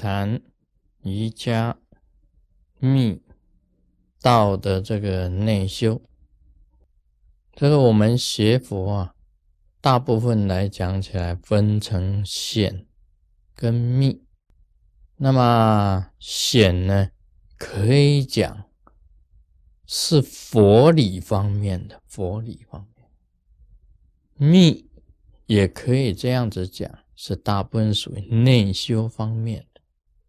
谈瑜伽密道的这个内修。这个我们学佛大部分来讲起来分成显跟密。那么显呢，可以讲是佛理方面的，密也可以这样子讲，是大部分属于内修方面的。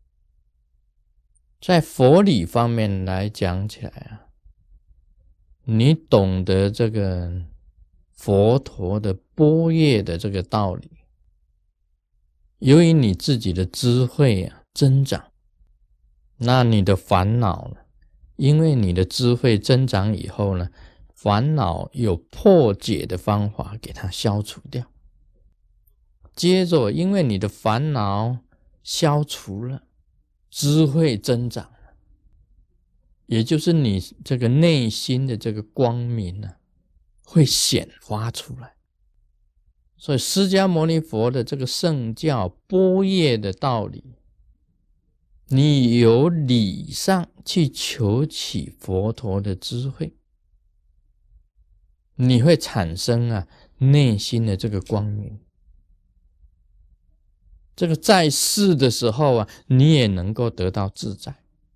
在佛理方面来讲起来你懂得这个佛陀的般若的这个道理，由于你自己的智慧增长，那你的烦恼呢，因为你的智慧增长以后呢，烦恼有破解的方法给它消除掉。接着因为你的烦恼消除了，智慧增长了，也就是你这个内心的这个光明会显发出来。所以释迦牟尼佛的这个圣教般若的道理，你由理上去求取佛陀的智慧，你会产生内心的这个光明。这个在世的时候你也能够得到自在。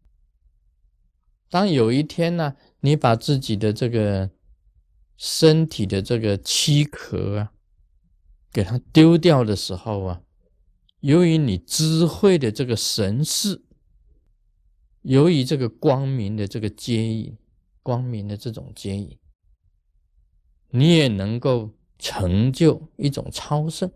当有一天你把自己的这个身体的这个躯壳给它丢掉的时候由于你智慧的这个神识，由于这个光明的这个接引，光明的这种接引，你也能够成就一种超胜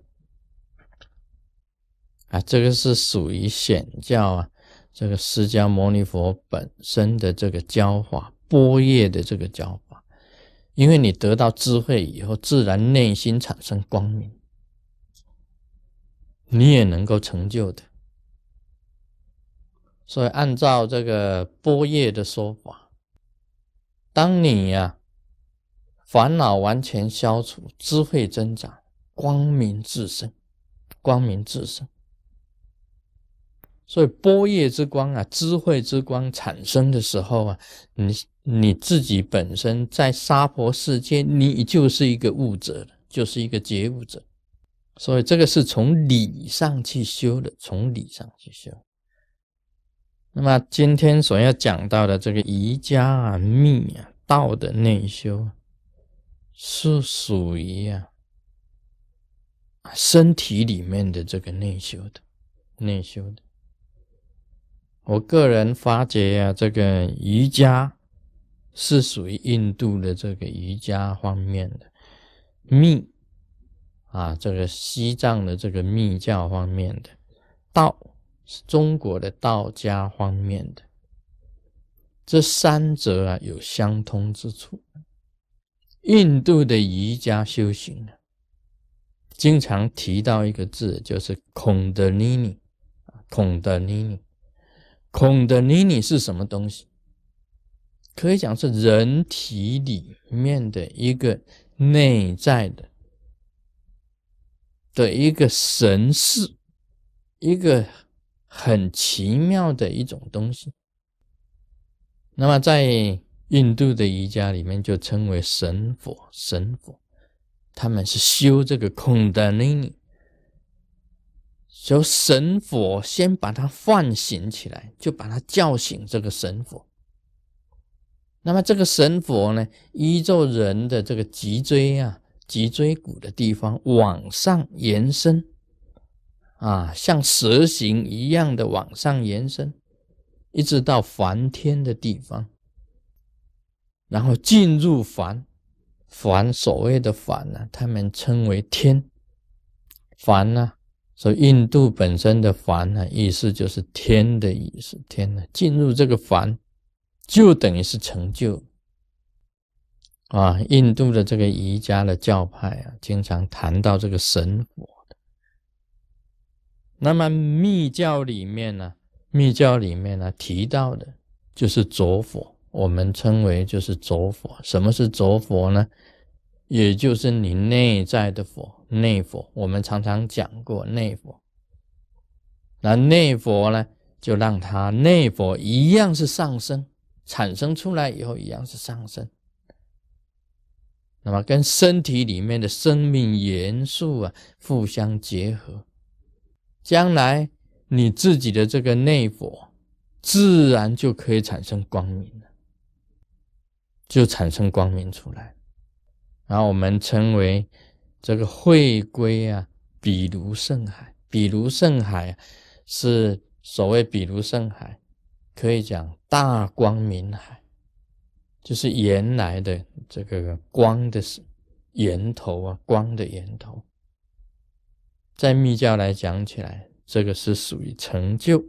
这个是属于显教这个释迦牟尼佛本身的这个教法，般若的这个教法。因为你得到智慧以后，自然内心产生光明，你也能够成就的。所以按照这个般若的说法，当你烦恼完全消除，智慧增长，光明自生，光明自生。所以般若之光智慧之光产生的时候你自己本身在娑婆世界，你就是一个悟者，就是一个觉悟者。所以这个是从理上去修的，从理上去修。那么今天所要讲到的这个瑜伽密道的内修，是属于身体里面的这个内修的。我个人发觉这个瑜伽是属于印度的这个瑜伽方面的，密这个西藏的这个密教方面的，道是中国的道家方面的，这三者有相通之处。印度的瑜伽修行经常提到一个字，就是孔德尼尼。孔德尼尼是什么东西？可以讲是人体里面的一个内在的一个神识，一个很奇妙的一种东西。那么在印度的瑜伽里面就称为神佛，他们是修这个孔德尼尼，由神佛先把它唤醒起来，就把它叫醒这个神佛。那么这个神佛呢，依照人的这个脊椎骨的地方往上延伸像蛇形一样的往上延伸，一直到梵天的地方，然后进入梵，所谓的梵他们称为天。梵所以印度本身的梵意思就是天的意思，天进入这个梵就等于是成就印度的这个瑜伽的教派经常谈到这个神佛的。那么密教里面提到的就是着佛，我们称为就是着佛。什么是着佛呢？也就是你内在的佛，内佛。我们常常讲过内佛。 那内佛呢，就让它内佛一样是上升，产生出来以后一样是上升。那么跟身体里面的生命元素互相结合，将来你自己的这个内佛自然就可以产生光明了，就产生光明出来。然后我们称为这个会归比如圣海。比如圣海是所谓比如圣海，可以讲大光明海，就是原来的这个光的源头光的源头。在密教来讲起来，这个是属于成就。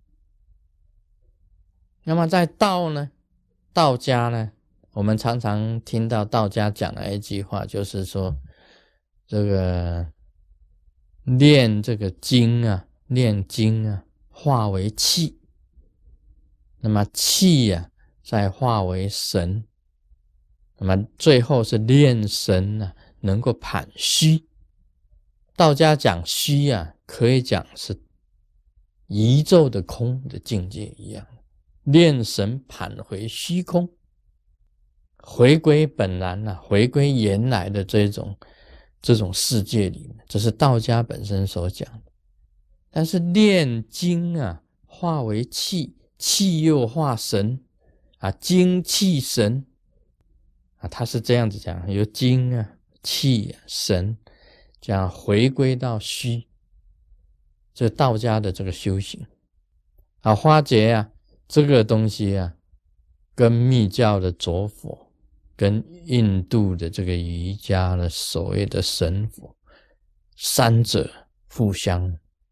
那么在道呢，道家呢，我们常常听到道家讲的一句话，就是说这个炼这个精炼精化为气，那么气再化为神，那么最后是炼神能够盘虚。道家讲虚可以讲是宇宙的空的境界一样，炼神盘回虚空，回归本然回归原来的这种世界里面，这是道家本身所讲的。但是炼精化为气，气又化神精气神他是这样子讲，由精气神这样回归到虚，这道家的这个修行。花节这个东西跟密教的着佛，跟印度的这个瑜伽的所谓的神佛，三者互相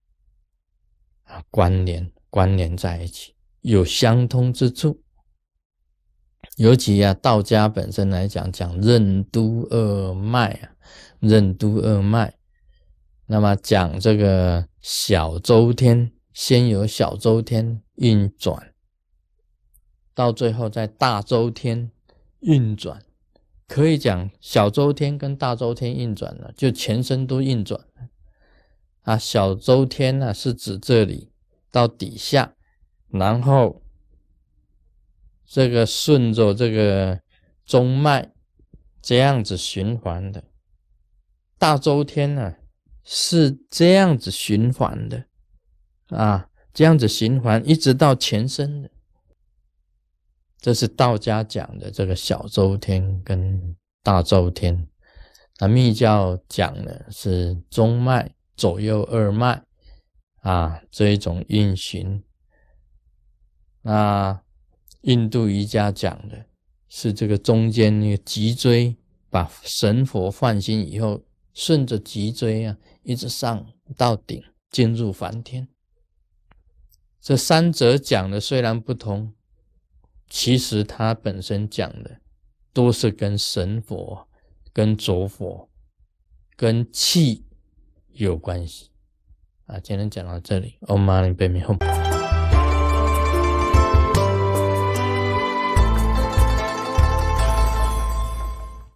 关联在一起，有相通之处。尤其道家本身来讲任督二脉任督二脉，那么讲这个小周天，先有小周天运转，到最后在大周天运转。可以讲小周天跟大周天运转了，就全身都运转小周天是指这里到底下，然后这个顺着这个中脉这样子循环的。大周天是这样子循环的这样子循环一直到全身的。这是道家讲的这个小周天跟大周天。密教讲的是中脉左右二脉这一种运行。那印度瑜伽讲的是这个中间那个脊椎，把神佛唤醒以后，顺着脊椎一直上到顶，进入梵天。这三者讲的虽然不同，其实它本身讲的都是跟神佛、跟着佛、跟气有关系今天讲到这里。Om Mani Padme Hum。